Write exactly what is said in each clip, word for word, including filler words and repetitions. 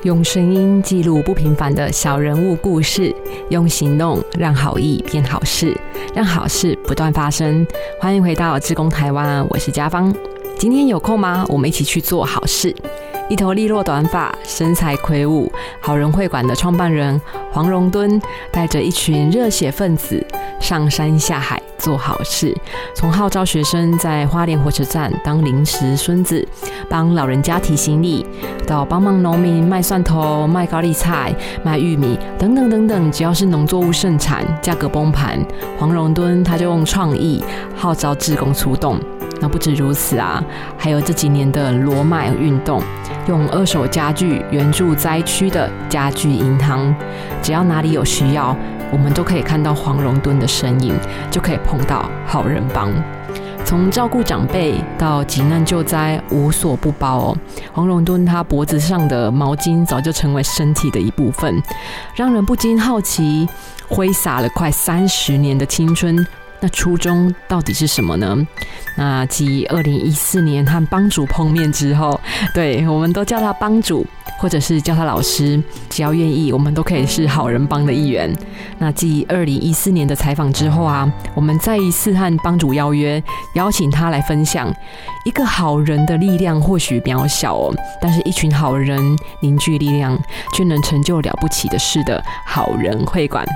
用声音记录不平凡的小人物故事，用行动让好意变好事，让好事不断发生。欢迎回到志工台湾，我是家芳。今天有空吗？我们一起去做好事。一头利落短发，身材魁梧，好人会馆的创办人黄荣敦带着一群热血分子上山下海做好事，从号召学生在花莲火车站当临时孙子，帮老人家提行李，到帮忙农民卖蒜头、卖高丽菜、卖玉米等等等等，只要是农作物盛产、价格崩盘，黄荣敦他就用创意号召志工出动。那不止如此啊，还有这几年的罗麦运动，用二手家具援助灾区的家具银行，只要哪里有需要，我们都可以看到黄荣敦的身影，就可以碰到好人帮。从照顾长辈到急难救灾，无所不包哦。黄荣敦他脖子上的毛巾早就成为身体的一部分，让人不禁好奇，挥洒了快三十年的青春。那初衷到底是什么呢？那继二零一四年和帮主碰面之后，对，我们都叫他帮主，或者是叫他老师，只要愿意，我们都可以是好人帮的一员。那继二零一四年的采访之后啊，我们再一次和帮主邀约，邀请他来分享一个好人的力量或许渺小哦，但是一群好人凝聚力量，却能成就了不起的事的好人会馆。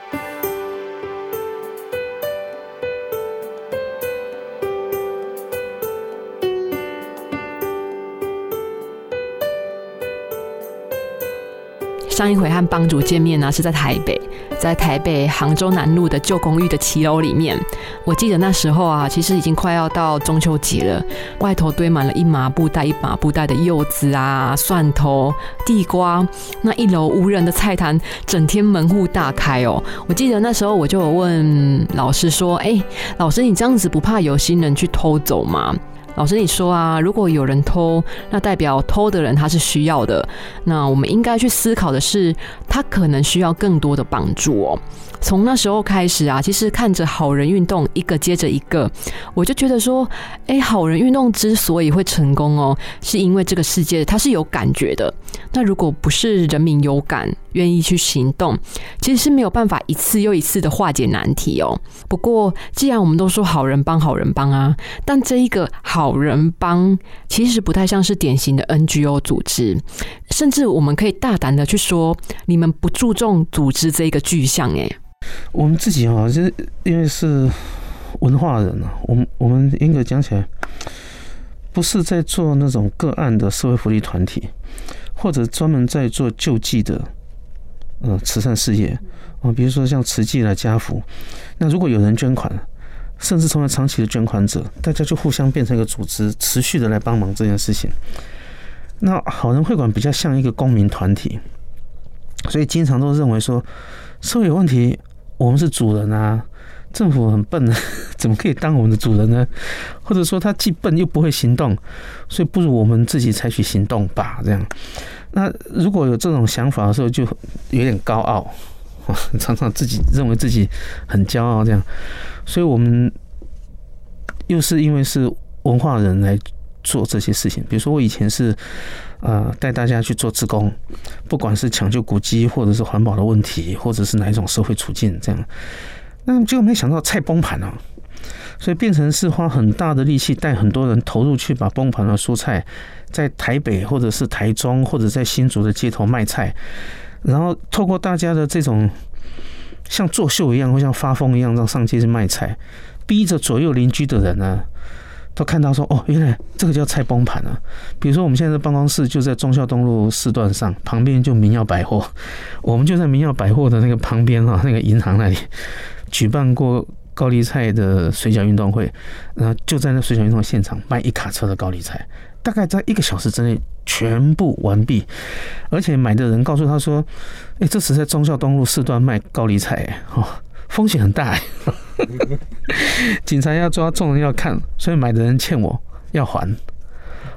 上一回和帮主见面呢、啊，是在台北，在台北杭州南路的旧公寓的骑楼里面。我记得那时候啊，其实已经快要到中秋节了，外头堆满了一麻布袋一麻布袋的柚子啊、蒜头、地瓜。那一楼无人的菜摊，整天门户大开哦。我记得那时候我就有问老师说：“哎、欸，老师，你这样子不怕有心人去偷走吗？”老师，你说啊，如果有人偷，那代表偷的人他是需要的。那我们应该去思考的是，他可能需要更多的帮助哦。从那时候开始啊，其实看着好人运动一个接着一个，我就觉得说，哎，好人运动之所以会成功哦，是因为这个世界它是有感觉的。那如果不是人民有感，愿意去行动，其实是没有办法一次又一次的化解难题哦。不过，既然我们都说好人帮好人帮啊，但这一个好人帮其实不太像是典型的 N G O 组织，甚至我们可以大胆的去说，你们不注重组织这一个具象哎。 我们自己啊，就是因为是文化人啊，我们我们严格讲起来，不是在做那种个案的社会福利团体，或者专门在做救济的呃慈善事业啊，比如说像慈济啦、家福。那如果有人捐款，甚至成为长期的捐款者，大家就互相变成一个组织，持续的来帮忙这件事情。那好人会馆比较像一个公民团体，所以经常都认为说，社会有问题，我们是主人啊，政府很笨啊，怎么可以当我们的主人呢？或者说他既笨又不会行动，所以不如我们自己采取行动吧。这样，那如果有这种想法的时候，就有点高傲，常常自己认为自己很骄傲，这样。所以我们又是因为是文化人来做这些事情，比如说我以前是呃带大家去做志工，不管是抢救古迹，或者是环保的问题，或者是哪一种社会处境这样，那结果没想到菜崩盘了，所以变成是花很大的力气带很多人投入去把崩盘的蔬菜在台北或者是台中或者在新竹的街头卖菜，然后透过大家的这种像作秀一样或像发疯一样让上街去卖菜，逼着左右邻居的人呢都看到说，哦，原来这个叫菜崩盘啊。比如说我们现在的办公室就在忠孝东路四段上，旁边就民耀百货，我们就在民耀百货的那个旁边啊，那个银行那里举办过高丽菜的水饺运动会，然后就在那水饺运动现场卖一卡车的高丽菜，大概在一个小时之内全部完毕，而且买的人告诉他说，哎，这是在忠孝东路四段卖高丽菜，哦，风险很大，警察要抓，众人要看，所以买的人欠我要还。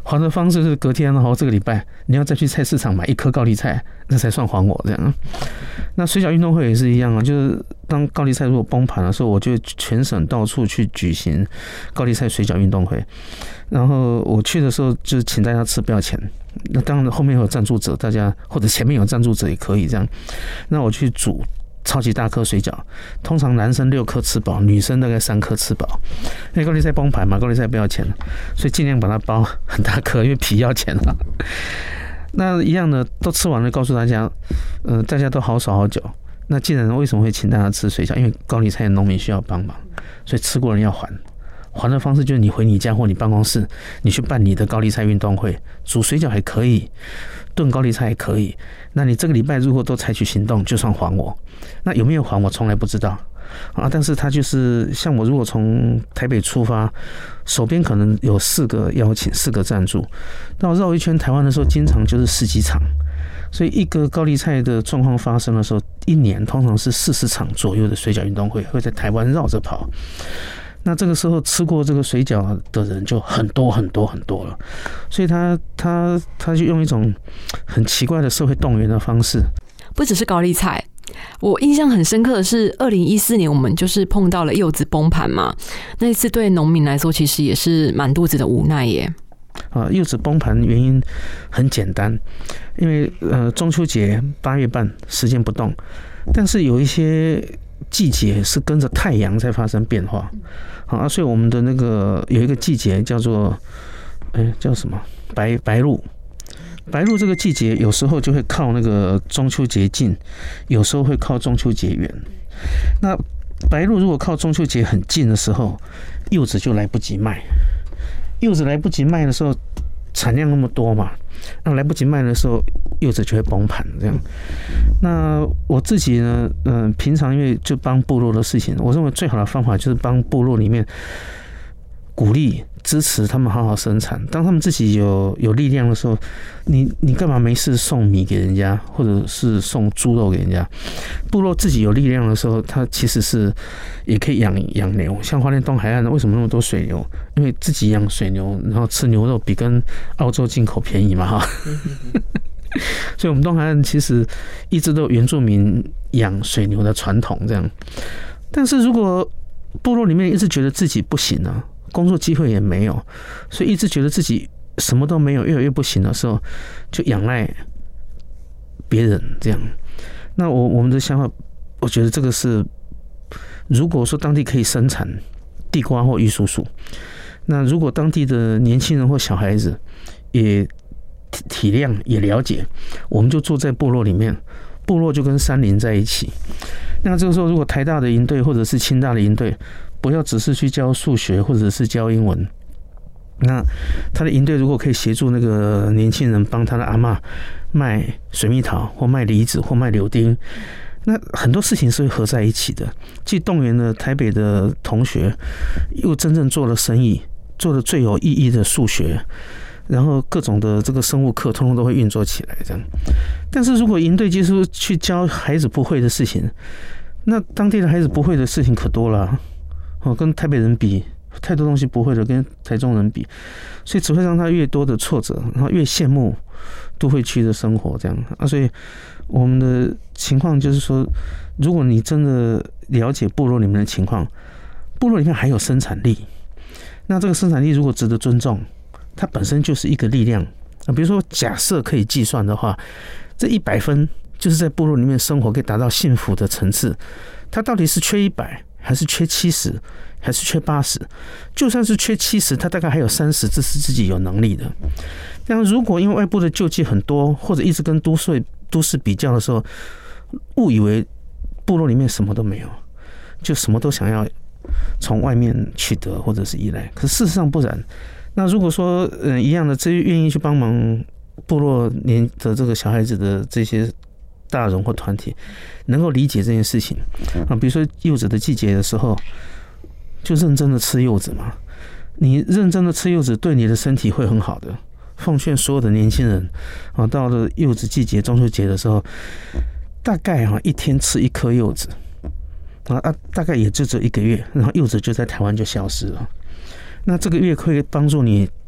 还的方式是隔天哦，这个礼拜你要再去菜市场买一颗高丽菜，那才算还我这样。那水饺运动会也是一样啊，就是当高丽菜如果崩盘的时候，我就全省到处去举行高丽菜水饺运动会。然后我去的时候就请大家吃不要钱，那当然后面有赞助者，大家或者前面有赞助者也可以这样。那我去煮超级大颗水饺，通常男生六颗吃饱，女生大概三颗吃饱。因为高丽菜崩盘嘛，高丽菜不要钱，所以尽量把它包很大颗，因为皮要钱啊。那一样的都吃完了，告诉大家，呃，大家都好手好脚。那既然为什么会请大家吃水饺？因为高丽菜的农民需要帮忙，所以吃过人要还。还的方式就是你回你家或你办公室，你去办你的高丽菜运动会，煮水饺还可以，炖高丽菜也可以。那你这个礼拜如果都采取行动，就算还我。那有没有还我从来不知道啊，但是他就是像我如果从台北出发，手边可能有四个邀请，四个赞助，那我绕一圈台湾的时候，经常就是十几场。所以一个高丽菜的状况发生的时候，一年通常是四十场左右的水饺运动会会在台湾绕着跑。那这个时候吃过这个水饺的人就很多很多很多了，所以他他他就用一种很奇怪的社会动员的方式。 不只是高丽菜，我印象很深刻的是，二零一四年我们就是碰到了柚子崩盘嘛，那一次对农民来说其实也是满肚子的无奈耶。 啊，柚子崩盘原因很简单，因为呃中秋节八月半时间不动，但是有一些季节是跟着太阳在发生变化。啊，所以我们的那个有一个季节叫做，哎、欸，叫什么？白白露。白露这个季节有时候就会靠那个中秋节近，有时候会靠中秋节远。那白露如果靠中秋节很近的时候，柚子就来不及卖。柚子来不及卖的时候，产量那么多嘛，那来不及卖的时候，柚子就会崩盘这样。那我自己呢，嗯、呃，平常因为就帮部落的事情，我认为最好的方法就是帮部落里面鼓励、支持他们好好生产。当他们自己有有力量的时候，你你干嘛没事送米给人家，或者是送猪肉给人家？部落自己有力量的时候，它其实是也可以养养牛。像花莲东海岸为什么那么多水牛？因为自己养水牛，然后吃牛肉比跟澳洲进口便宜嘛，哈。所以，我们东海岸其实一直都有原住民养水牛的传统，这样。但是如果部落里面一直觉得自己不行啊，工作机会也没有，所以一直觉得自己什么都没有，越来越不行的时候，就仰赖别人这样。那我我们的想法，我觉得这个是，如果说当地可以生产地瓜或玉蜀黍，那如果当地的年轻人或小孩子也体谅也了解，我们就住在部落里面，部落就跟山林在一起。那这个时候，如果台大的营队或者是清大的营队，不要只是去教数学或者是教英文，那他的营队如果可以协助那个年轻人帮他的阿嬷卖水蜜桃或卖梨子或卖柳丁，那很多事情是会合在一起的。既动员了台北的同学，又真正做了生意，做了最有意义的数学。然后各种的这个生物课，通通都会运作起来，这样。但是如果营队接触去教孩子不会的事情，那当地的孩子不会的事情可多了、啊，哦，跟台北人比，太多东西不会的，跟台中人比，所以只会让他越多的挫折，然后越羡慕都会区的生活，这样啊。所以我们的情况就是说，如果你真的了解部落里面的情况，部落里面还有生产力，那这个生产力如果值得尊重。它本身就是一个力量啊，比如说假设可以计算的话，这一百分就是在部落里面生活可以达到幸福的层次，它到底是缺一百还是缺七十还是缺八十？就算是缺七十，它大概还有三十，这是自己有能力的。但如果因为外部的救济很多，或者一直跟都市都市比较的时候，误以为部落里面什么都没有，就什么都想要从外面取得或者是依赖，可是事实上不然。那如果说，嗯，一样的，这愿意去帮忙部落年的这个小孩子的这些大人或团体，能够理解这件事情啊，比如说柚子的季节的时候，就认真的吃柚子嘛。你认真的吃柚子，对你的身体会很好的。奉劝所有的年轻人啊，到了柚子季节、中秋节的时候，大概啊一天吃一颗柚子啊啊，大概也就这一个月，然后柚子就在台湾就消失了。那这个月可以帮助你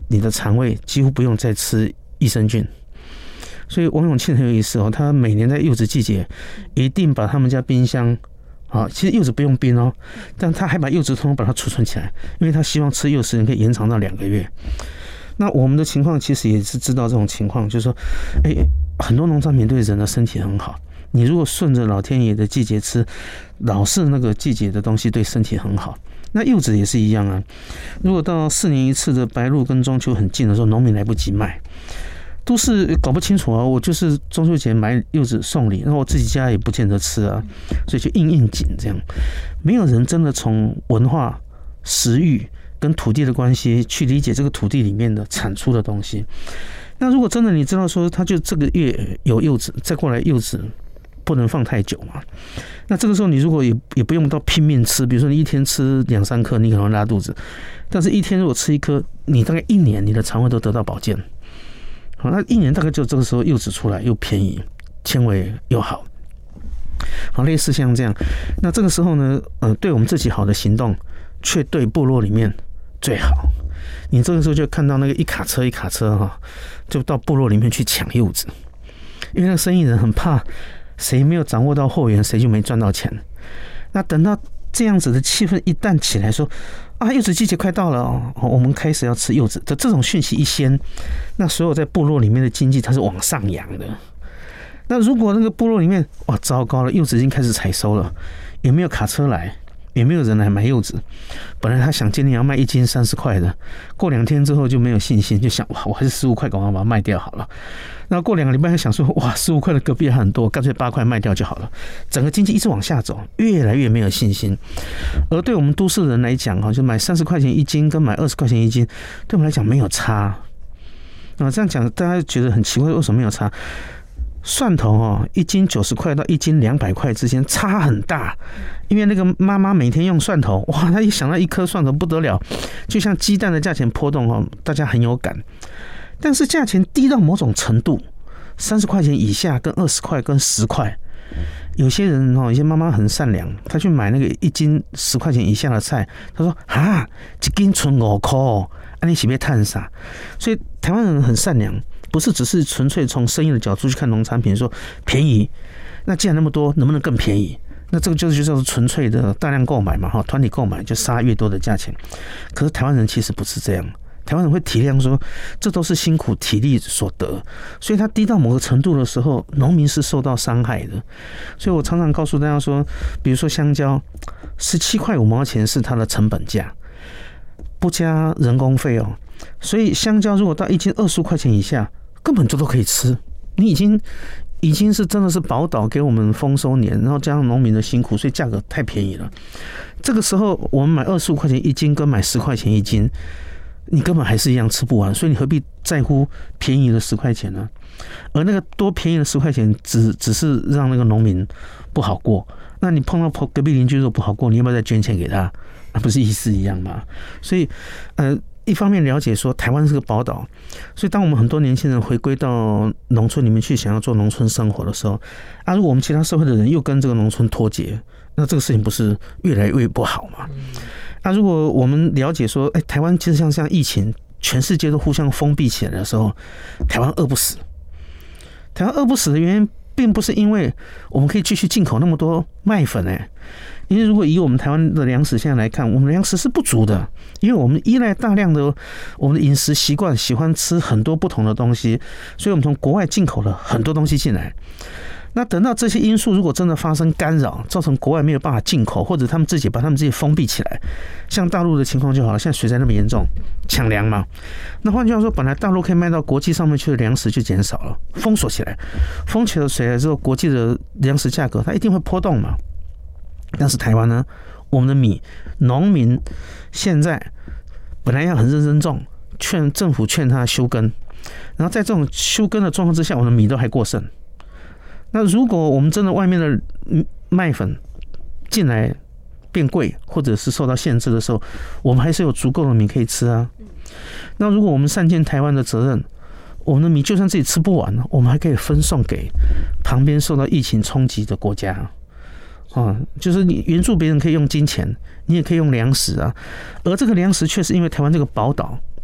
你的肠胃几乎不用再吃益生菌。所以王永庆很有意思哦，他每年在柚子季节一定把他们家冰箱啊，其实柚子不用冰哦，但他还把柚子通通把它储存起来，因为他希望吃柚子时间可以延长到两个月。那我们的情况其实也是知道这种情况，就是说，哎，很多农产品对人的身体很好。你如果顺着老天爷的季节吃，老是那个季节的东西对身体很好。那柚子也是一样啊，如果到四年一次的白露跟中秋很近的时候，农民来不及卖。都是搞不清楚啊！我就是中秋节买柚子送礼，然后我自己家也不见得吃啊，所以就应应景这样。没有人真的从文化、食欲跟土地的关系去理解这个土地里面的产出的东西。那如果真的你知道说，它就这个月有柚子，再过来柚子不能放太久嘛。那这个时候你如果也也不用到拼命吃，比如说你一天吃两三颗，你可能会拉肚子，但是一天如果吃一颗，你大概一年你的肠胃都得到保健。好，那一年大概就这个时候柚子出来又便宜，纤维又好，好类似像这样。那这个时候呢，呃，对我们自己好的行动，却对部落里面最好。你这个时候就看到那个一卡车一卡车哈，就到部落里面去抢柚子，因为那个生意人很怕谁没有掌握到货源，谁就没赚到钱。那等到这样子的气氛一旦起来说，啊，柚子季节快到了哦，我们开始要吃柚子的这种讯息一先，那所有在部落里面的经济它是往上扬的。那如果那个部落里面哇糟糕了，柚子已经开始采收了，也没有卡车来，也没有人来买柚子，本来他想今天要卖一斤三十块的，过两天之后就没有信心，就想哇，我还是十五块，赶快把它卖掉好了。那过两个礼拜还想说哇，十五块的隔壁还很多，干脆八块卖掉就好了。整个经济一直往下走，越来越没有信心。而对我们都市人来讲哈，就买三十块钱一斤跟买二十块钱一斤，对我们来讲没有差。啊，这样讲大家觉得很奇怪，为什么没有差？蒜头哦，一斤九十块到一斤两百块之间差很大，因为那个妈妈每天用蒜头，哇，她一想到一颗蒜头不得了，就像鸡蛋的价钱波动哦，大家很有感。但是价钱低到某种程度，三十块钱以下跟二十块跟十块，有些人哦，有些妈妈很善良，她去买那个一斤十块钱以下的菜，她说啊，一斤存五块，啊你是要赚啥？所以台湾人很善良。不是只是纯粹从生意的角度去看农产品，说便宜，那既然那么多，能不能更便宜？那这个就是就叫做纯粹的大量购买嘛，哈，团体购买就杀越多的价钱。可是台湾人其实不是这样，台湾人会体谅说，这都是辛苦体力所得，所以它低到某个程度的时候，农民是受到伤害的。所以我常常告诉大家说，比如说香蕉，十七块五毛钱是它的成本价，不加人工费哦。所以香蕉如果到一斤二十块钱以下，根本就都可以吃。你已经已经是真的是宝岛给我们丰收年，然后加上农民的辛苦，所以价格太便宜了。这个时候我们买二十五块钱一斤跟买十块钱一斤，你根本还是一样吃不完，所以你何必在乎便宜的十块钱呢？而那个多便宜的十块钱只只是让那个农民不好过。那你碰到隔壁邻居说不好过，你要不要再捐钱给他？那不是意思一样吗？所以呃。一方面了解说台湾是个宝岛，所以当我们很多年轻人回归到农村里面去，想要做农村生活的时候，啊，如果我们其他社会的人又跟这个农村脱节，那这个事情不是越来越不好吗？那、啊、如果我们了解说，哎，台湾其实像像疫情，全世界都互相封闭起来的时候，台湾饿不死。台湾饿不死的原因，并不是因为我们可以继续进口那么多麦粉哎、欸。因为如果以我们台湾的粮食现在来看，我们的粮食是不足的，因为我们依赖大量的我们的饮食习惯，喜欢吃很多不同的东西，所以我们从国外进口了很多东西进来。那等到这些因素如果真的发生干扰，造成国外没有办法进口，或者他们自己把他们自己封闭起来，像大陆的情况就好了，现在水灾那么严重，抢粮嘛。那换句话说，本来大陆可以卖到国际上面去的粮食就减少了，封锁起来，封起了水来之后，国际的粮食价格它一定会波动嘛。但是台湾呢，我们的米农民现在本来要很认真种，劝政府劝他休耕，然后在这种休耕的状况之下，我们的米都还过剩。那如果我们真的外面的麦粉进来变贵，或者是受到限制的时候，我们还是有足够的米可以吃啊。那如果我们善尽台湾的责任，我们的米就算自己吃不完，我们还可以分送给旁边受到疫情冲击的国家。啊，就是你援助别人可以用金钱，你也可以用粮食啊。而这个粮食确实因为台湾这个宝岛，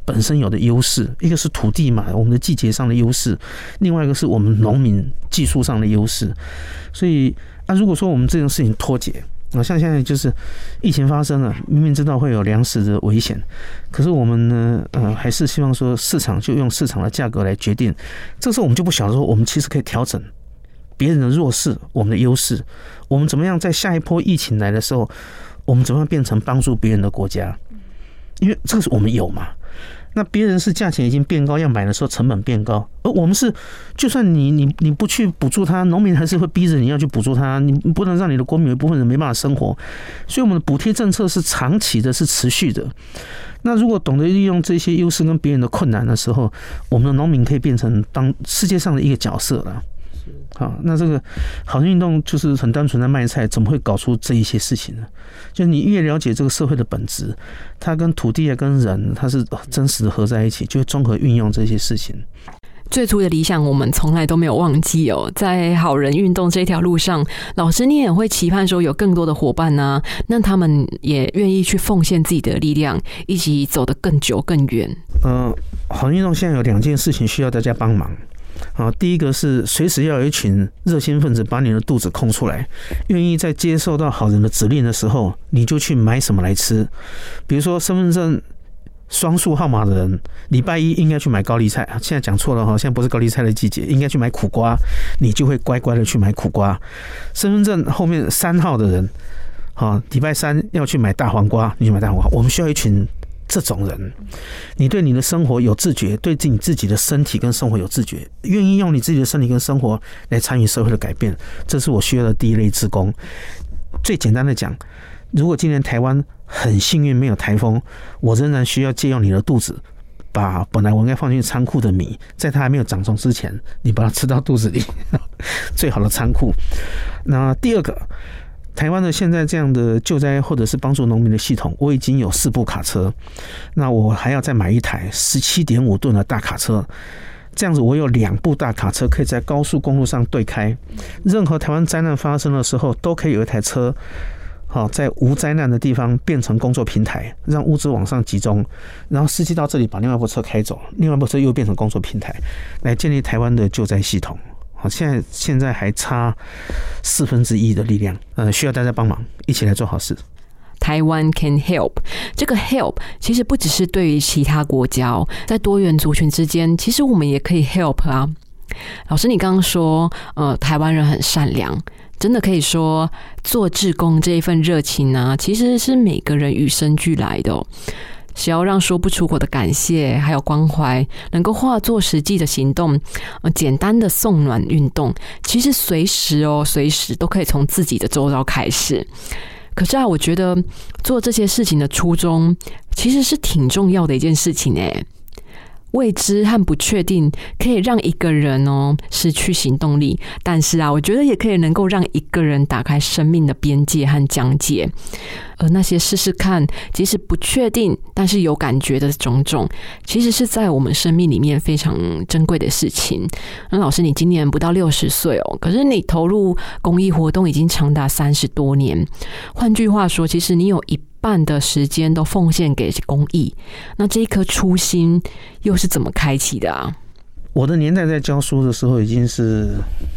本身有的优势，一个是土地嘛，我们的季节上的优势，另外一个是我们农民技术上的优势。所以啊，如果说我们这种事情脱节啊，像现在就是疫情发生了，明明知道会有粮食的危险，可是我们呢，呃，还是希望说市场就用市场的价格来决定。这时候我们就不晓得说，我们其实可以调整别人的弱势，我们的优势，我们怎么样在下一波疫情来的时候，我们怎么样变成帮助别人的国家？因为这个是我们有嘛。那别人是价钱已经变高，要买的时候成本变高，而我们是，就算你你你不去补助他，农民还是会逼着你要去补助他，你不能让你的国民有一部分人没办法生活，所以我们的补贴政策是长期的，是持续的。那如果懂得利用这些优势跟别人的困难的时候，我们的农民可以变成当世界上的一个角色了。好，那这个好人运动就是很单纯的卖菜，怎么会搞出这一些事情呢？就你越了解这个社会的本质，它跟土地啊、跟人，它是真实的合在一起，就会综合运用这些事情。 最初的理想，我们从来都没有忘记哦。在好人运动这条路上，老师你也会期盼说有更多的伙伴呢、啊，那他们也愿意去奉献自己的力量，一起走得更久更远。 呃，好人运动现在有两件事情需要大家帮忙。好，第一个是随时要有一群热心分子把你的肚子空出来，愿意在接受到好人的指令的时候，你就去买什么来吃。比如说身份证双数号码的人，礼拜一应该去买高丽菜，现在讲错了哈，现在不是高丽菜的季节，应该去买苦瓜，你就会乖乖的去买苦瓜。身份证后面三号的人，好，礼拜三要去买大黄瓜，你去买大黄瓜。我们需要一群这种人，你对你的生活有自觉，对你自己的身体跟生活有自觉，愿意用你自己的身体跟生活来参与社会的改变，这是我需要的第一类志工。最简单的讲，如果今年台湾很幸运没有台风，我仍然需要借用你的肚子，把本来我应该放进仓库的米，在它还没有长虫之前，你把它吃到肚子里，最好的仓库。那第二个，台湾的现在这样的救灾或者是帮助农民的系统，我已经有四部卡车，那我还要再买一台 十七点五 吨的大卡车，这样子我有两部大卡车可以在高速公路上对开，任何台湾灾难发生的时候，都可以有一台车好，在无灾难的地方变成工作平台，让物资往上集中，然后司机到这里把另外一部车开走，另外一部车又变成工作平台，来建立台湾的救灾系统。好，现在现在还差四分之一的力量，呃，需要大家帮忙，一起来做好事。 台湾 can help， 这个 help 其实不只是对于其他国家哦，在多元族群之间，其实我们也可以 help 啊。老师，你刚刚说，呃，台湾人很善良。真的可以说，做志工这一份热情啊，其实是每个人与生俱来的哦。只要让说不出口的感谢还有关怀能够化作实际的行动，呃，简单的送暖运动，其实随时哦，随时都可以从自己的周遭开始。可是啊，我觉得做这些事情的初衷，其实是挺重要的一件事情诶。未知和不确定可以让一个人哦失去行动力，但是啊，我觉得也可以能够让一个人打开生命的边界和疆界。而那些试试看，即使不确定但是有感觉的种种，其实是在我们生命里面非常珍贵的事情。那老师，你今年不到六十岁哦，可是你投入公益活动已经长达三十多年。换句话说，其实你有一半的时间都奉献给公益，那这一颗初心又是怎么开启的啊？ 我的年代在教书的时候已经是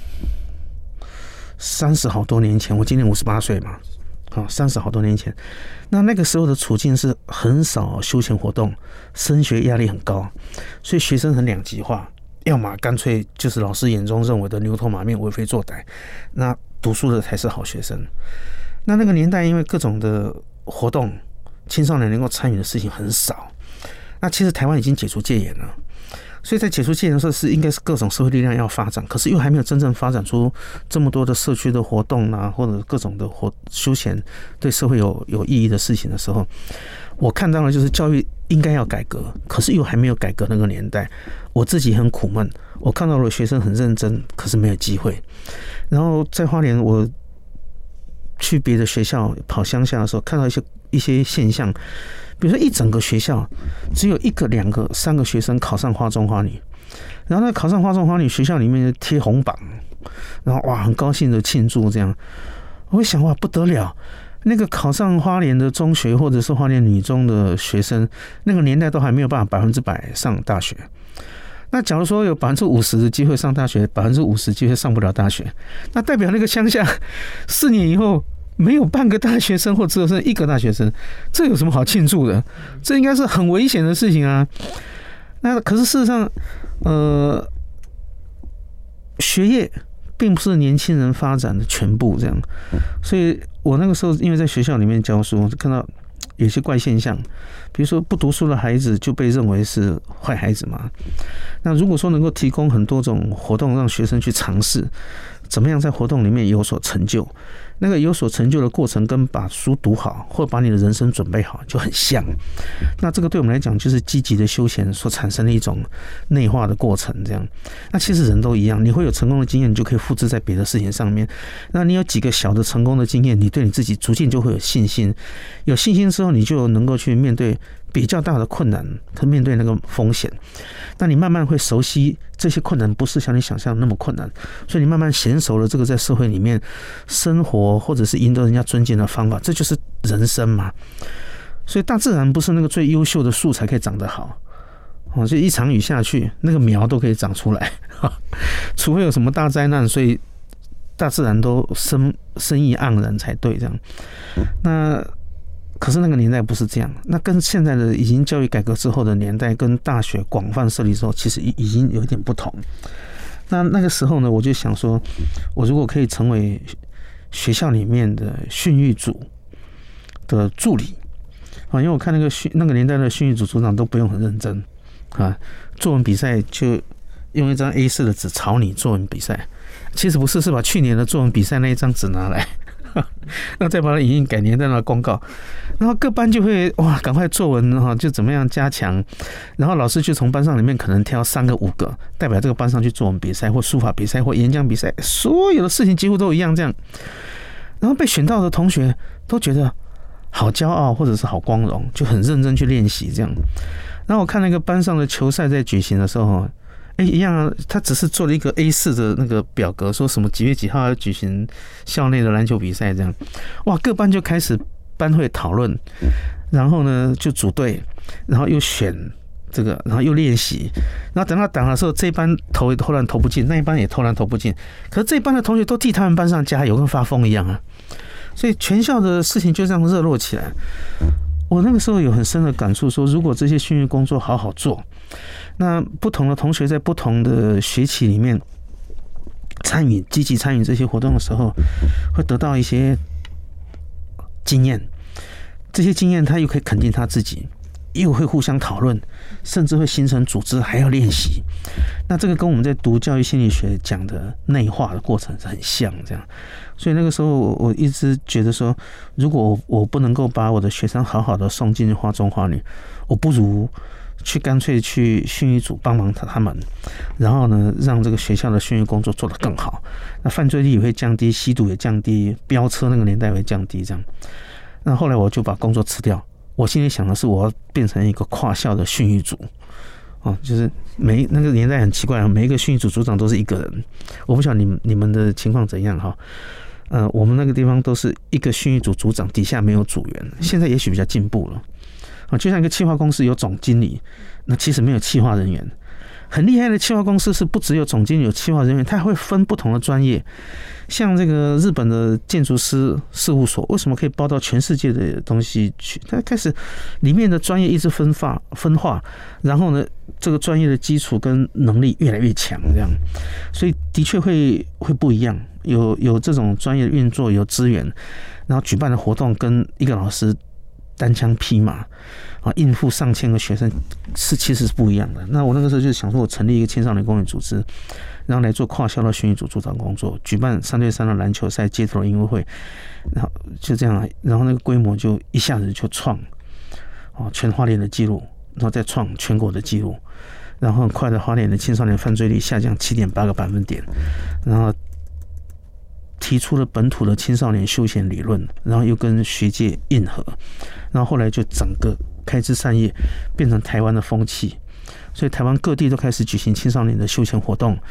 三十好多年前，我今年五十八岁嘛，好，三十好多年前。那那个时候的处境是很少休闲活动，升学压力很高，所以学生很两极化，要么干脆就是老师眼中认为的牛头马面、为非作歹，那读书的才是好学生。那那个年代因为各种的活动，青少年能够参与的事情很少。那其实台湾已经解除戒严了，所以在解除戒严的时候是应该是各种社会力量要发展，可是又还没有真正发展出这么多的社区的活动啊，或者各种的活休闲对社会有有意义的事情的时候，我看到了就是教育应该要改革，可是又还没有改革那个年代，我自己很苦闷。我看到了学生很认真，可是没有机会。然后在花莲，我去别的学校跑乡下的时候，看到一些一些现象，比如说一整个学校只有一个、两个、三个学生考上花中花女，然后呢考上花中花女，学校里面贴红榜，然后哇很高兴的庆祝这样。我会想哇不得了， 那个考上花莲的中学或者是花莲女中的学生，那个年代都还没有办法百分之百上大学。那假如说有百分之五十的机会上大学，百分之五十机会上不了大学，那代表那个乡下四年以后没有半个大学生，或只有剩一个大学生，这有什么好庆祝的？这应该是很危险的事情啊。那可是事实上，呃，学业并不是年轻人发展的全部，这样。所以我那个时候因为在学校里面教书，看到有些怪现象，比如说不读书的孩子就被认为是坏孩子嘛。那如果说能够提供很多种活动让学生去尝试，怎么样在活动里面有所成就，那个有所成就的过程跟把书读好或把你的人生准备好就很像。那这个对我们来讲就是积极的休闲所产生的一种内化的过程，这样。那其实人都一样，你会有成功的经验，你就可以复制在别的事情上面。那你有几个小的成功的经验，你对你自己逐渐就会有信心，有信心之后你就能够去面对比较大的困难，和面对那个风险。那你慢慢会熟悉这些困难不是像你想象那么困难，所以你慢慢娴熟了这个在社会里面生活或者是赢得人家尊敬的方法，这就是人生嘛。所以大自然不是那个最优秀的树才可以长得好，哦，所以一场雨下去，那个苗都可以长出来，除非有什么大灾难，所以大自然都生生意盎然才对，这样。那可是那个年代不是这样，那跟现在的已经教育改革之后的年代，跟大学广泛设立之后，其实已经有一点不同。那那个时候呢，我就想说，我如果可以成为学校里面的训育组的助理啊，因为我看那个训那个年代的训育组组长都不用很认真啊，作文比赛就用一张 A 四 的纸草拟作文比赛，其实不是，是把去年的作文比赛那一张纸拿来。那再把它影印改年代的公告，然后各班就会哇，赶快作文哈，就怎么样加强，然后老师就从班上里面可能挑三个五个代表这个班上去作文比赛或书法比赛或演讲比赛，所有的事情几乎都一样这样。然后被选到的同学都觉得好骄傲或者是好光荣，就很认真去练习这样。然后我看那个班上的球赛在举行的时候，哎，一样啊，他只是做了一个 A 四 的那个表格，说什么几月几号要举行校内的篮球比赛，这样，哇，各班就开始班会讨论，然后呢就组队，然后又选这个，然后又练习，然后等到打的时候，这一班投投篮投不进，那一班也投篮投不进，可是这一班的同学都替他们班上加油，跟发疯一样啊，所以全校的事情就这样热络起来。我那个时候有很深的感触，说如果这些训育工作好好做，那不同的同学在不同的学期里面参与、积极参与这些活动的时候，会得到一些经验。这些经验他又可以肯定他自己，又会互相讨论，甚至会形成组织，还要练习。那这个跟我们在读教育心理学讲的内化的过程是很像，这样。所以那个时候我一直觉得说，如果我不能够把我的学生好好的送进花中花女，我不如去干脆去训育组帮忙他们，然后呢，让这个学校的训育工作做得更好，那犯罪率也会降低，吸毒也降低，飙车那个年代也会降低，这样。那后来我就把工作辞掉，我心里想的是我要变成一个跨校的训育组。哦，就是每那个年代很奇怪，每一个训育组组长都是一个人。我不晓得你们你们的情况怎样哈。呃，我们那个地方都是一个训育组组长，底下没有组员。现在也许比较进步了。啊，就像一个企划公司有总经理，那其实没有企划人员。很厉害的企划公司是不只有总经理有企划人员，它还会分不同的专业。像这个日本的建筑师事务所，为什么可以包到全世界的东西去？它开始里面的专业一直分化分化，然后呢，这个专业的基础跟能力越来越强，这样，所以的确会会不一样。有有这种专业的运作，有资源，然后举办的活动跟一个老师单枪匹马啊应付上千个学生是其实是不一样的。那我那个时候就想说，我成立一个青少年公益组织，然后来做跨校的训育组组长工作，举办三对三的篮球赛、街头的音乐会，然后就这样，然后那个规模就一下子就创啊全花莲的记录，然后再创全国的记录，然后很快的花莲的青少年犯罪率下降七点八个百分点，然后提出了本土的青少年休闲理论，然后又跟学界应和，然后后来就整个开枝散叶，变成台湾的风气。所以台湾各地都开始举行青少年的休闲活动，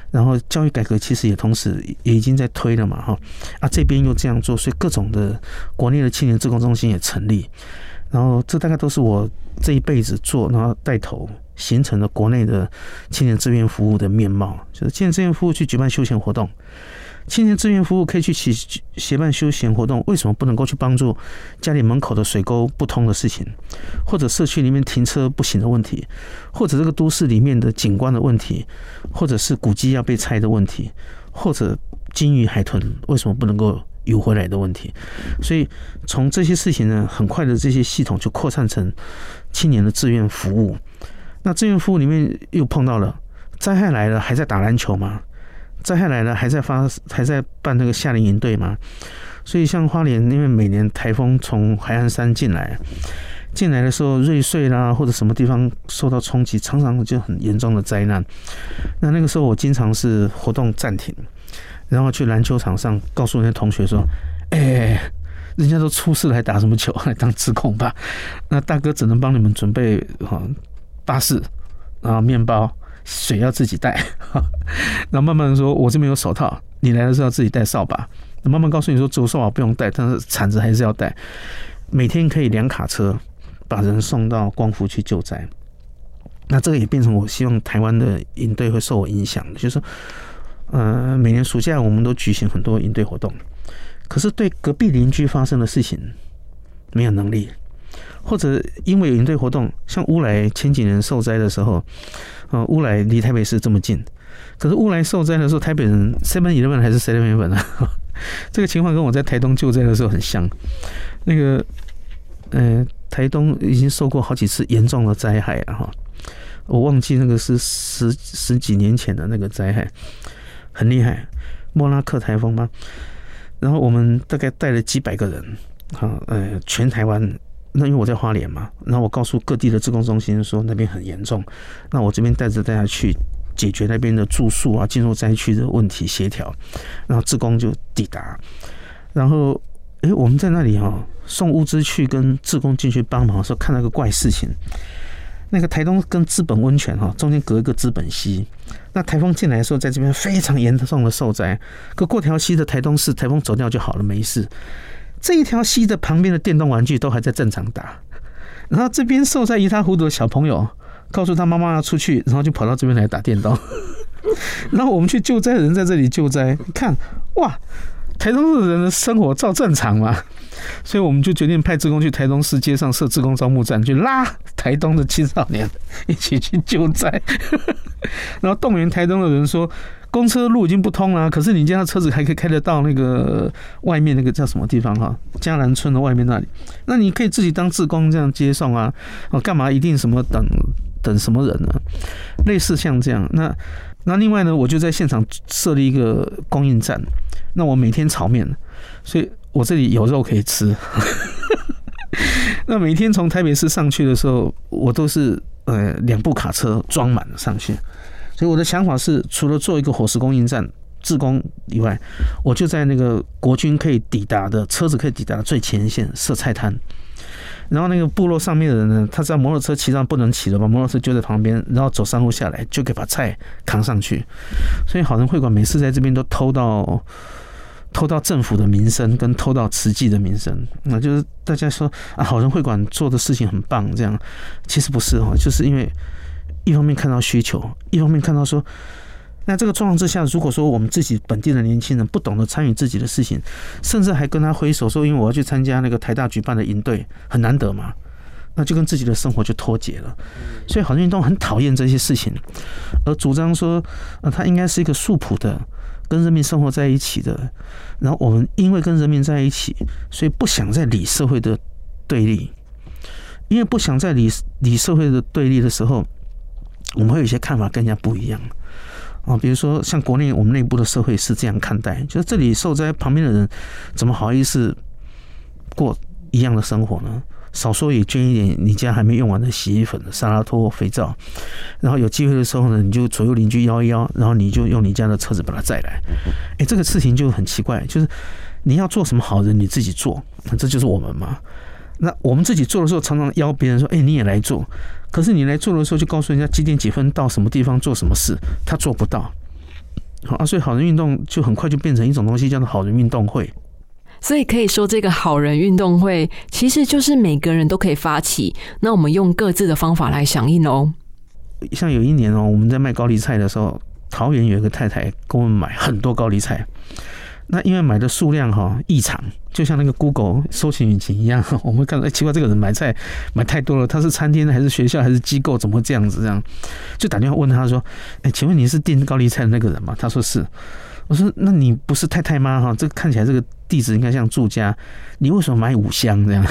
然后教育改革其实也同时也已经在推了嘛，哈啊这边又这样做，所以各种的国内的青年志工中心也成立，然后这大概都是我这一辈子做，然后带头形成了国内的青年志愿服务的面貌，就是青年志愿服务去举办休闲活动。青年志愿服务可以去协办休闲活动，为什么不能够去帮助家里门口的水沟不通的事情，或者社区里面停车不行的问题，或者这个都市里面的景观的问题，或者是古迹要被拆的问题，或者鲸鱼海豚为什么不能够游回来的问题。所以从这些事情呢，很快的这些系统就扩散成青年的志愿服务。那志愿服务里面又碰到了灾害来了还在打篮球吗？灾害来了还在发还在办那个夏令营队吗？所以像花莲，因为每年台风从海岸山进来，进来的时候瑞穗啦或者什么地方受到冲击，常常就很严重的灾难。那那个时候我经常是活动暂停，然后去篮球场上告诉那些同学说：“哎、欸，人家都出事了，还打什么球？来当志工吧。那大哥只能帮你们准备巴士，然后面包。”水要自己带，然后慢慢说，我这边有手套，你来的时候要自己带扫把。慢慢告诉你说，竹扫把不用带，但是铲子还是要带。每天可以两卡车把人送到光复去救灾。那这个也变成我希望台湾的营队会受我影响的，就是呃，每年暑假我们都举行很多营队活动，可是对隔壁邻居发生的事情没有能力。或者因为有营队活动，像乌来前几年受灾的时候，呃，乌来离台北市这么近，可是乌来受灾的时候，台北人 seven eleven 还是 seven eleven 啊？这个情况跟我在台东救灾的时候很像。那个呃，台东已经受过好几次严重的灾害了哈，我忘记那个是十十几年前的那个灾害，很厉害，莫拉克台风吗？然后我们大概带了几百个人，啊，呃，全台湾。那因为我在花莲嘛，然后我告诉各地的志工中心说那边很严重，那我这边带着大家去解决那边的住宿啊、进入灾区的问题协调，然后志工就抵达，然后哎，我们在那里哈、哦、送物资去跟志工进去帮忙的时候，看到一个怪事情，那个台东跟资本温泉哈中间隔一个资本溪，那台风进来的时候，在这边非常严重的受灾，可过条溪的台东市台风走掉就好了，没事。这一条溪的旁边的电动玩具都还在正常打，然后这边受灾一塌糊涂的小朋友告诉他妈妈要出去，然后就跑到这边来打电动。然后我们去救灾的人在这里救灾，看哇，台东市人的生活照正常嘛，所以我们就决定派志工去台东市街上设志工招募站，去拉台东的青少年一起去救灾。然后动员台东的人说，公车路已经不通了，可是你家的车子还可以开得到那个外面那个叫什么地方哈？嘉南村的外面那里，那你可以自己当志工这样接送啊，哦，干嘛一定什么等等什么人呢？类似像这样，那那另外呢，我就在现场设立一个供应站，那我每天炒面，所以我这里有肉可以吃。那每天从台北市上去的时候，我都是呃两部卡车装满了上去。所以我的想法是，除了做一个伙食供应站、志工以外，我就在那个国军可以抵达的车子可以抵达的最前线设菜摊。然后那个部落上面的人呢，他知道摩托车骑上不能骑了，把摩托车丢在旁边，然后走山路下来，就可以把菜扛上去。所以好人会馆每次在这边都偷到偷到政府的名声，跟偷到慈济的名声。那就是大家说啊，好人会馆做的事情很棒，这样其实不是哈，就是因为。一方面看到需求，一方面看到说，那这个状况之下，如果说我们自己本地的年轻人不懂得参与自己的事情，甚至还跟他挥手说，因为我要去参加那个台大举办的营队，很难得嘛，那就跟自己的生活就脱节了。所以好人运动很讨厌这些事情，而主张说，呃，它应该是一个素朴的，跟人民生活在一起的。然后我们因为跟人民在一起，所以不想再理社会的对立，因为不想再理理社会的对立的时候。我们会有一些看法跟人家不一样啊，比如说像国内我们内部的社会是这样看待，就是这里受灾旁边的人怎么好意思过一样的生活呢？少说也捐一点你家还没用完的洗衣粉、沙拉托、肥皂，然后有机会的时候呢，你就左右邻居邀一邀，然后你就用你家的车子把它载来。哎，这个事情就很奇怪，就是你要做什么好人你自己做，这就是我们嘛。那我们自己做的时候，常常邀别人说：“哎、欸，你也来做。”可是你来做的时候，就告诉人家几点几分到什么地方做什么事，他做不到。 好啊，所以好人运动就很快就变成一种东西，叫做好人运动会。 所以可以说，这个好人运动会其实就是每个人都可以发起，那我们用各自的方法来响应哦。 像有一年哦，我们在卖高丽菜的时候，桃园有一个太太跟我们买很多高丽菜。那因为买的数量哈异常，就像那个 Google 搜寻引擎一样，我们会看到，哎，奇怪，这个人买菜买太多了，他是餐厅还是学校还是机构，怎么会这样子？这样就打电话问他说：“哎，请问你是订高丽菜的那个人吗？”他说是。我说：“那你不是太太吗？哈，这个看起来这个地址应该像住家，你为什么买五箱这样？”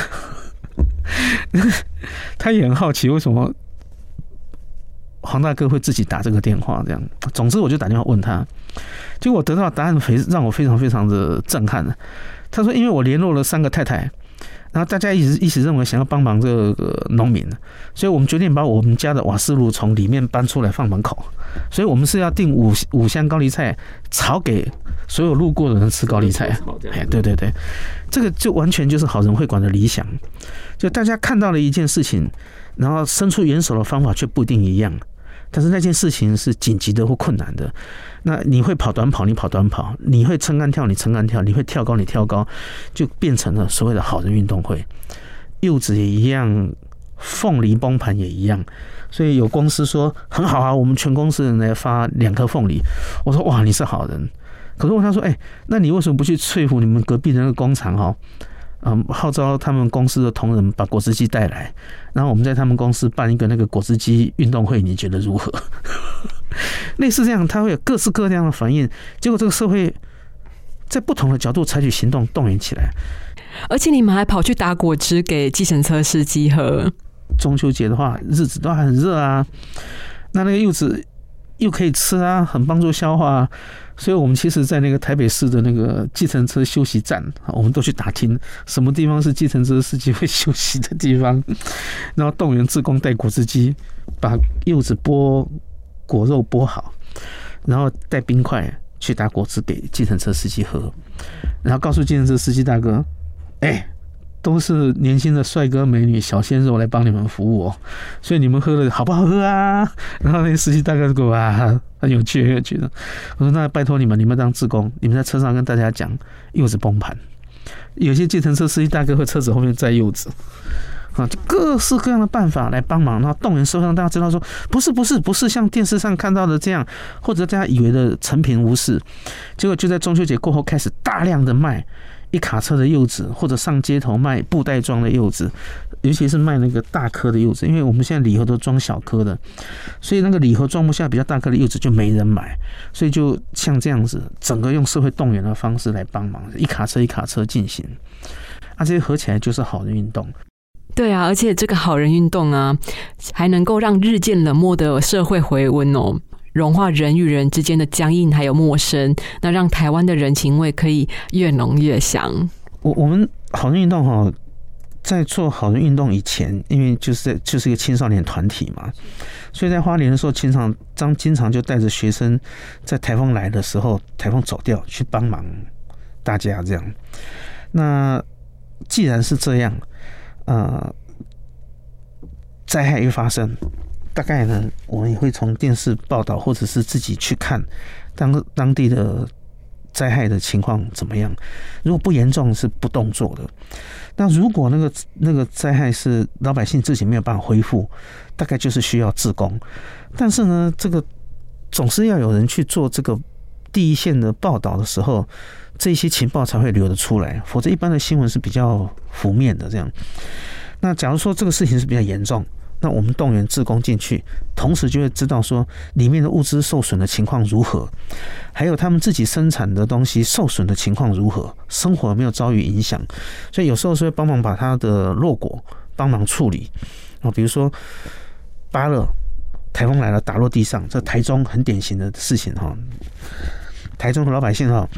他也很好奇为什么黄大哥会自己打这个电话这样。总之我就打电话问他，结果我得到的答案非让我非常非常的震撼。他说因为我联络了三个太太，然后大家一直一直认为想要帮忙这个农民，所以我们决定把我们家的瓦斯炉从里面搬出来放门口，所以我们是要订五五箱高丽菜炒给所有路过的人吃高丽菜。哎，对对对，这个就完全就是好人会馆的理想，就大家看到了一件事情，然后伸出援手的方法却不一定一样。但是那件事情是紧急的或困难的，那你会跑短跑，你跑短跑；你会撑杆跳，你撑杆跳；你会跳高，你跳高，就变成了所谓的好人运动会。柚子也一样，凤梨崩盘也一样。所以有公司说很好啊，我们全公司人来发两颗凤梨。我说哇，你是好人。可是问他说，哎、欸，那你为什么不去说服你们隔壁的那个工厂哈？嗯，号召他们公司的同仁把果汁机带来，然后我们在他们公司办一个那个果汁机运动会，你觉得如何？类似这样，他会有各式各样的反应，结果这个社会在不同的角度采取行动，动员起来。 而且你们还跑去打果汁给计程车司机喝。 中秋节的话，日子都还很热啊，那那个柚子又可以吃啊，很帮助消化啊。所以我们其实在那个台北市的那个计程车休息站，我们都去打听什么地方是计程车司机会休息的地方，然后动员志工带果汁机，把柚子剥果肉剥好，然后带冰块去打果汁给计程车司机喝，然后告诉计程车司机大哥，哎、欸，都是年轻的帅哥美女小鲜肉来帮你们服务哦，所以你们喝了好不好喝啊？然后那个司机大哥说啊，很有趣很有趣的。我说那拜托你们，你们当志工，你们在车上跟大家讲柚子崩盘，有些计程车司机大哥会车子后面载柚子啊，各式各样的办法来帮忙，然后动员社会让大家知道说，不是不是不是像电视上看到的这样，或者大家以为的陈平无事。结果就在中秋节过后开始大量的卖一卡车的柚子，或者上街头卖布袋装的柚子，尤其是卖那个大颗的柚子，因为我们现在礼盒都装小颗的，所以那个礼盒装不下比较大颗的柚子就没人买，所以就像这样子，整个用社会动员的方式来帮忙，一卡车一卡车进行，啊，这些合起来就是好人运动。 对啊，而且这个好人运动啊，还能够让日渐冷漠的社会回温哦。融化人与人之间的僵硬还有陌生，那让台湾的人情味可以越浓越香。 我我们好人运动哈，在做好人运动以前，因为就是在就是一个青少年团体嘛，所以在花莲的时候，经常张经常就带着学生在台风来的时候，台风走掉去帮忙大家这样。那既然是这样，呃，灾害一发生。大概呢，我们也会从电视报道，或者是自己去看当当地的灾害的情况怎么样。如果不严重，是不动作的。那如果那个那个灾害是老百姓自己没有办法恢复，大概就是需要志工。但是呢，这个总是要有人去做这个第一线的报道的时候，这些情报才会流得出来，否则一般的新闻是比较浮面的这样。那假如说这个事情是比较严重，那我们动员志工进去，同时就会知道说里面的物资受损的情况如何，还有他们自己生产的东西受损的情况如何，生活有没有遭遇影响。所以有时候是会帮忙把他的落果帮忙处理啊，比如说芭乐台风来了打落地上，这台中很典型的事情哈。台中的老百姓哈，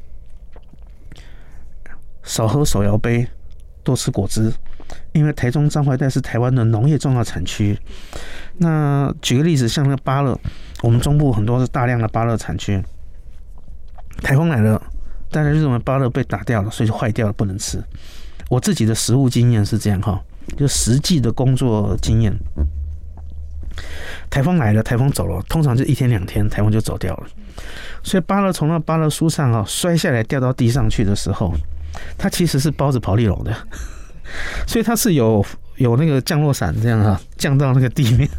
少喝手摇杯，多吃果汁。因为台中彰化带是台湾的农业重要产区，那举个例子，像那个芭乐，我们中部很多是大量的芭乐产区，台风来了，大家就认为芭乐被打掉了，所以就坏掉了，不能吃。我自己的实务经验是这样哈，就实际的工作经验， 台风来了，台风走了，通常就一天两天，台风就走掉了。所以芭乐从那芭乐树上啊摔下来掉到地上去的时候，它其实是包着保丽龙的，所以它是有有那个降落伞这样啊，降到那个地面。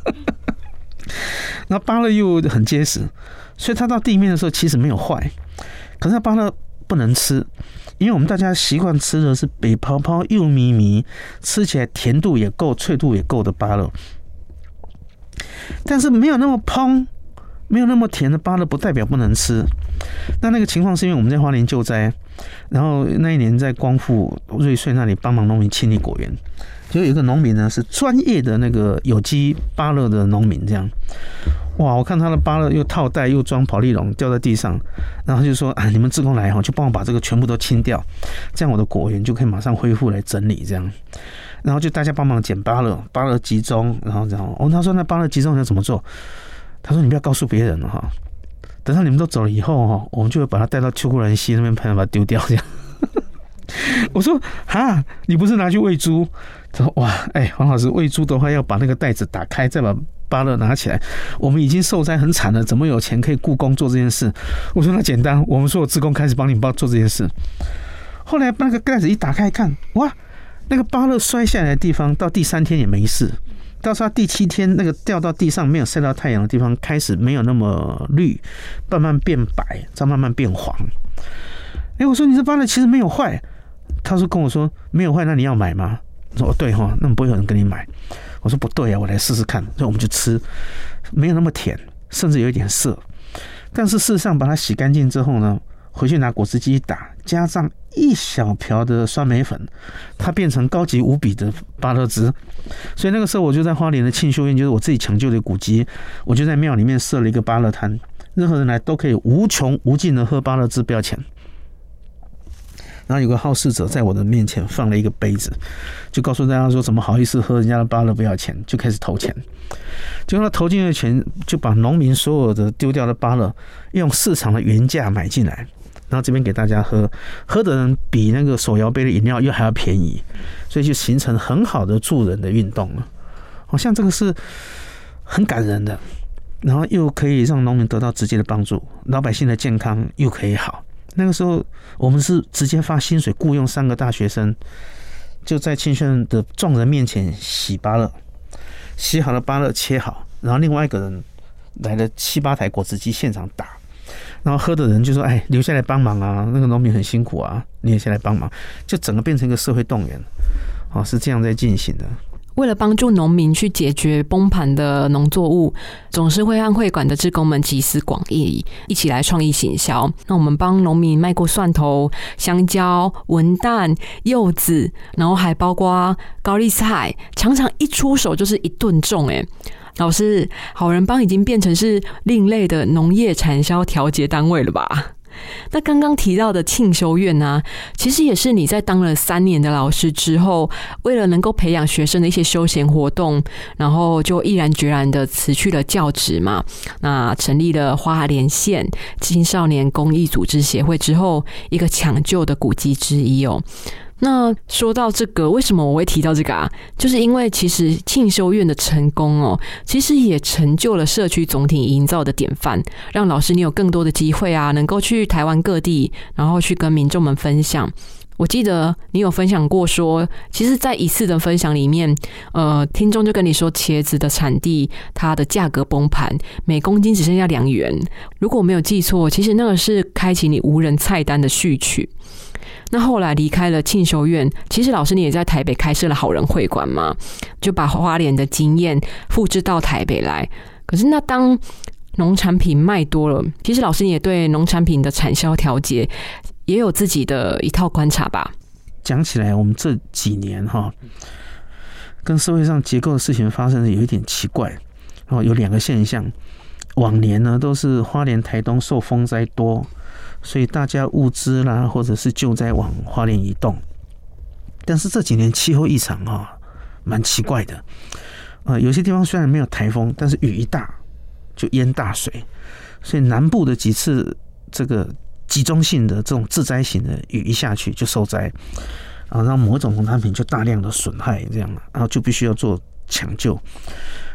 然后芭乐又很结实，所以它到地面的时候其实没有坏。可是芭乐不能吃，因为我们大家习惯吃的是北泡泡又咪咪，吃起来甜度也够、脆度也够的芭乐。但是没有那么蓬、没有那么甜的芭乐，不代表不能吃。那那个情况是因为我们在花莲救灾，然后那一年在光复瑞穗那里帮忙农民清理果园，就有一个农民呢是专业的那个有机芭乐的农民，这样，哇！我看他的芭乐又套袋又装保丽龙掉在地上，然后就说啊，你们志工来哈，就帮我把这个全部都清掉，这样我的果园就可以马上恢复来整理这样。然后就大家帮忙捡芭乐，芭乐集中，然后然后哦，他说那芭乐集中要怎么做？他说你不要告诉别人了哈，等到你们都走了以后哈，我们就会把它带到秋姑兰溪那边，把它丢掉这样。我说哈，你不是拿去喂猪？他说哇，哎、欸，黄老师喂猪的话要把那个袋子打开，再把芭乐拿起来。我们已经受灾很惨了，怎么有钱可以雇工做这件事？我说那简单，我们所有志工开始帮你们做这件事。后来那个袋子一打开看，哇！那个芭乐摔下来的地方，到第三天也没事。到时候第七天，那个掉到地上没有晒到太阳的地方，开始没有那么绿，慢慢变白，再慢慢变黄。哎，我说你这芭乐其实没有坏，他说跟我说没有坏，那你要买吗？我说哦对哈，那么不会有人跟你买。我说不对啊，我来试试看。所以我们就吃，没有那么甜，甚至有一点涩。但是事实上把它洗干净之后呢，回去拿果汁机一打，加上一小瓢的酸梅粉，它变成高级无比的芭乐汁。所以那个时候我就在花莲的庆修院，就是我自己抢救的古迹，我就在庙里面设了一个芭乐摊，任何人来都可以无穷无尽的喝芭乐汁，不要钱。然后有个好事者在我的面前放了一个杯子，就告诉大家说怎么好意思喝人家的芭乐不要钱，就开始投钱。结果他投进去的钱就把农民所有的丢掉的芭乐用市场的原价买进来，然后这边给大家喝，喝的人比那个手摇杯的饮料又还要便宜，所以就形成很好的助人的运动了。好像这个是很感人的，然后又可以让农民得到直接的帮助，老百姓的健康又可以好。那个时候我们是直接发薪水雇佣三个大学生，就在庆修院的众人面前洗芭乐，洗好了芭乐切好，然后另外一个人来了七八台果汁机现场打，然后喝的人就说哎，留下来帮忙啊，那个农民很辛苦啊，你也下来帮忙，就整个变成一个社会动员，哦，是这样在进行的。 为了帮助农民去解决崩盘的农作物，总是会和会馆的志工们集思广益，一起来创意行销。那我们帮农民卖过蒜头、香蕉、文旦、柚子，然后还包括高丽菜，常常一出手就是一顿重。哎，老师，好人帮已经变成是另类的农业产销调节单位了吧？那刚刚提到的庆修院啊，其实也是你在当了三年的老师之后，为了能够培养学生的一些休闲活动，然后就毅然决然的辞去了教职嘛。那成立了花莲县青少年公益组织协会之后，一个抢救的古迹之一哦。那说到这个，为什么我会提到这个啊？就是因为其实庆修院的成功哦，其实也成就了社区总体营造的典范，让老师你有更多的机会啊，能够去台湾各地，然后去跟民众们分享。我记得你有分享过说，其实在一次的分享里面，呃，听众就跟你说茄子的产地它的价格崩盘，每公斤只剩下两元。如果我没有记错，其实那个是开启你无人菜单的序曲。那后来离开了庆修院，其实老师你也在台北开设了好人会馆嘛，就把花莲的经验复制到台北来。可是那当农产品卖多了，其实老师你也对农产品的产销调节也有自己的一套观察吧？ 讲起来，我们这几年哈，跟社会上结构的事情发生的有一点奇怪，哦，有两个现象。往年呢都是花莲、台东受风灾多，所以大家物资啦或者是救灾往花莲移动。但是这几年气候异常哈，蛮奇怪的。呃，有些地方虽然没有台风，但是雨一大就淹大水，所以南部的几次这个集中性的这种自灾型的雨一下去就受灾，啊，让某种农产品就大量的损害，这样，然后就必须要做抢救。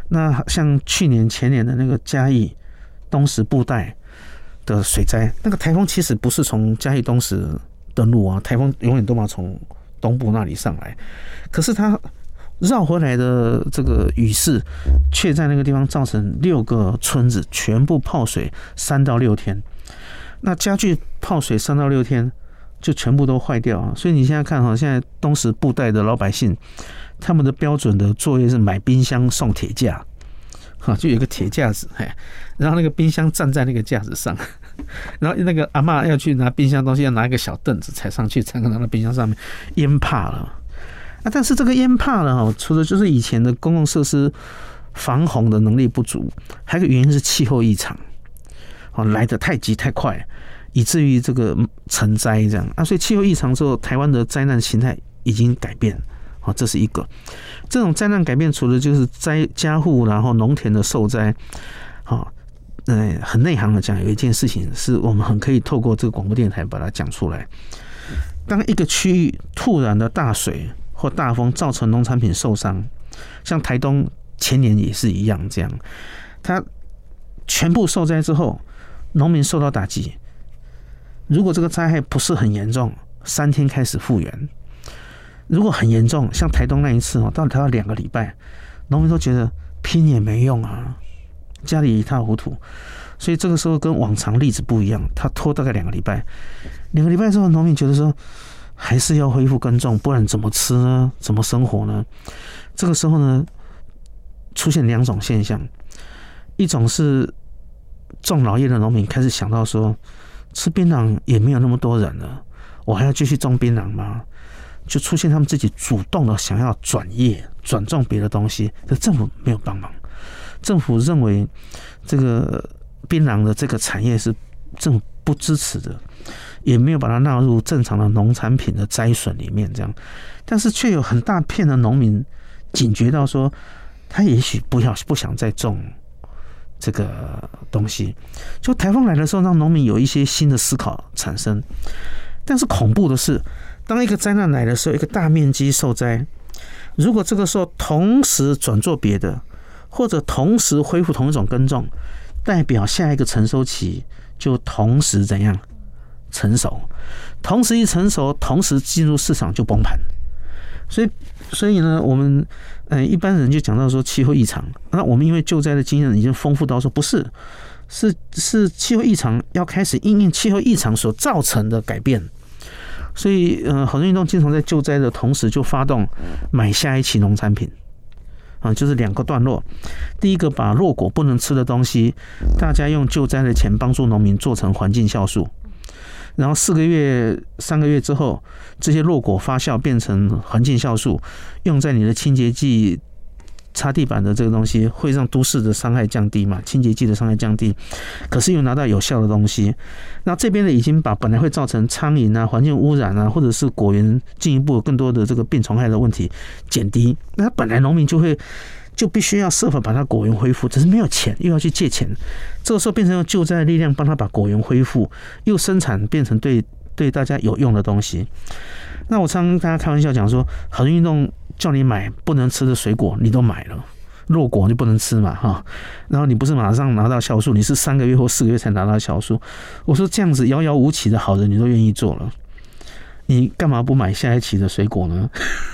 那像去年前年的那个嘉义东石布袋的水灾，那个台风其实不是从嘉义东石登陆啊，台风永远都嘛从东部那里上来，可是它绕回来的这个雨势，却在那个地方造成六个村子全部泡水三到六天。那家具泡水三到六天，就全部都坏掉啊！所以你现在看哈，现在东石布袋的老百姓，他们的标准的作业是买冰箱送铁架，哈，就有一个铁架子，嘿，然后那个冰箱站在那个架子上，然后那个阿嬷要去拿冰箱东西，要拿一个小凳子踩上去，才能拿到冰箱上面，淹怕了。啊，但是这个淹怕了哈，除了就是以前的公共设施防洪的能力不足，还有一个原因是气候异常，哦，来得太急太快。以至于这个成灾这样啊，所以气候异常之后，台湾的灾难形态已经改变，好，这是一个。这种灾难改变，除了就是灾家户，然后农田的受灾，好，呃，很内行的讲，有一件事情是我们很可以透过这个广播电台把它讲出来。当一个区域突然的大水或大风造成农产品受伤，像台东前年也是一样，这样，它全部受灾之后，农民受到打击。如果这个灾害不是很严重，三天开始复原；如果很严重，像台东那一次哦，到底要两个礼拜，农民都觉得拼也没用啊，家里一塌糊涂。所以这个时候跟往常例子不一样，他拖大概两个礼拜，两个礼拜之后，农民觉得说还是要恢复耕种，不然怎么吃呢？怎么生活呢？这个时候呢，出现两种现象，一种是种老叶的农民开始想到说，吃槟榔也没有那么多人了，我还要继续种槟榔吗？就出现他们自己主动的想要转业、转种别的东西，可政府没有帮忙。政府认为这个槟榔的这个产业是政府不支持的，也没有把它纳入正常的农产品的摘损里面，这样。但是却有很大片的农民警觉到说，他也许不要不想再种这个东西。就台风来的时候，让农民有一些新的思考产生。但是恐怖的是，当一个灾难来的时候，一个大面积受灾，如果这个时候同时转做别的，或者同时恢复同一种耕种，代表下一个成熟期就同时怎样成熟，同时一成熟，同时进入市场就崩盘。所以，所以呢，我们呃一般人就讲到说气候异常，那我们因为救灾的经验已经丰富到说不是，是是气候异常要开始因应气候异常所造成的改变。所以，呃，好人运动经常在救灾的同时就发动买下一期农产品。啊，就是两个段落。第一个，把落果不能吃的东西，大家用救灾的钱帮助农民做成环境酵素，然后四个月、三个月之后，这些落果发酵变成环境酵素，用在你的清洁剂、擦地板的这个东西，会让都市的伤害降低嘛？清洁剂的伤害降低，可是又拿到有效的东西。那这边呢，已经把本来会造成苍蝇啊、环境污染啊，或者是果园进一步有更多的这个病虫害的问题减低。那本来农民就会就必须要设法把它果园恢复，只是没有钱，又要去借钱。这个时候变成用救灾的力量帮他把果园恢复，又生产变成对对大家有用的东西。那我常常跟大家开玩笑讲说，好人运动叫你买不能吃的水果，你都买了，落果就不能吃嘛，哈。然后你不是马上拿到酵素，你是三个月或四个月才拿到酵素。我说这样子遥遥无期的好人，你都愿意做了，你干嘛不买下一期的水果呢？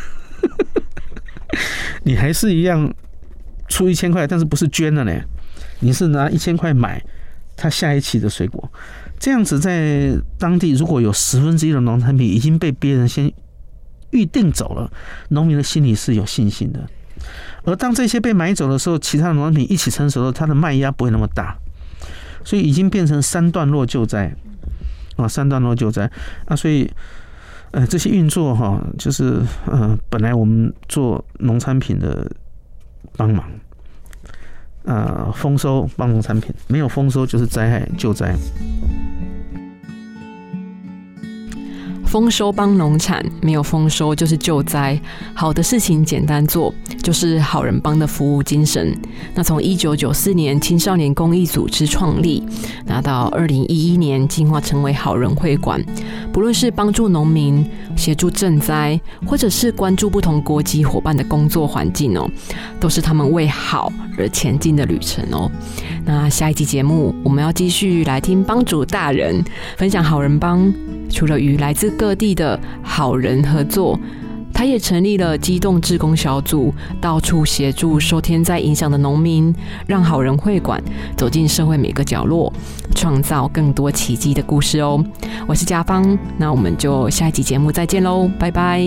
你还是一样出一千块，但是不是捐了呢？你是拿一千块买他下一期的水果。这样子在当地，如果有十分之一的农产品已经被别人先预定走了，农民的心里是有信心的。而当这些被买走的时候，其他的农产品一起成熟的时候，它的卖压不会那么大，所以已经变成三段落救灾啊，三段落救灾啊，所以呃这些运作哈，就是呃本来我们做农产品的帮忙。呃，丰收帮农产品，没有丰收就是灾害救灾。 丰收帮农产，没有丰收就是救灾，好的事情简单做，就是好人帮的服务精神。那从一九九四年青少年公益组织创立，那到二零一一年进化成为好人会馆，不论是帮助农民、协助赈灾，或者是关注不同国籍伙伴的工作环境哦，都是他们为好而前进的旅程哦。那下一集节目，我们要继续来听帮主大人分享好人帮除了与来自各地的好人合作，他也成立了机动志工小组，到处协助受天灾影响的农民，让好人会馆走进社会每个角落，创造更多奇迹的故事哦。我是家芳，那我们就下一集节目再见喽，拜拜。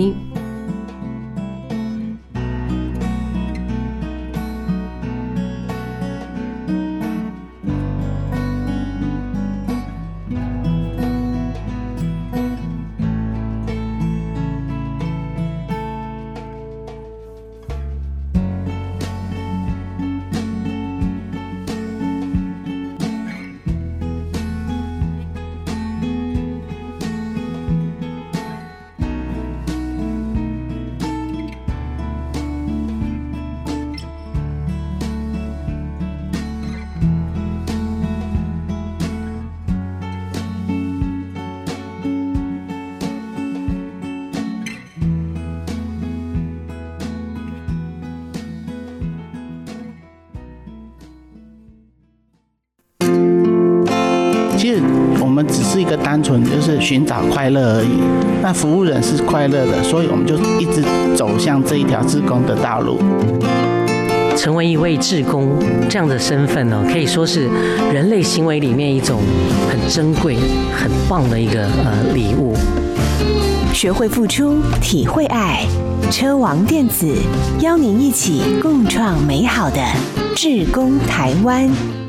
其实我们只是一个单纯就是寻找快乐而已。那服务人是快乐的，所以我们就一直走向这一条志工的道路。 成为一位志工这样的身份呢，可以说是人类行为里面一种很珍贵、很棒的一个呃礼物。 学会付出，体会爱。车王电子邀您一起共创美好的志工台湾。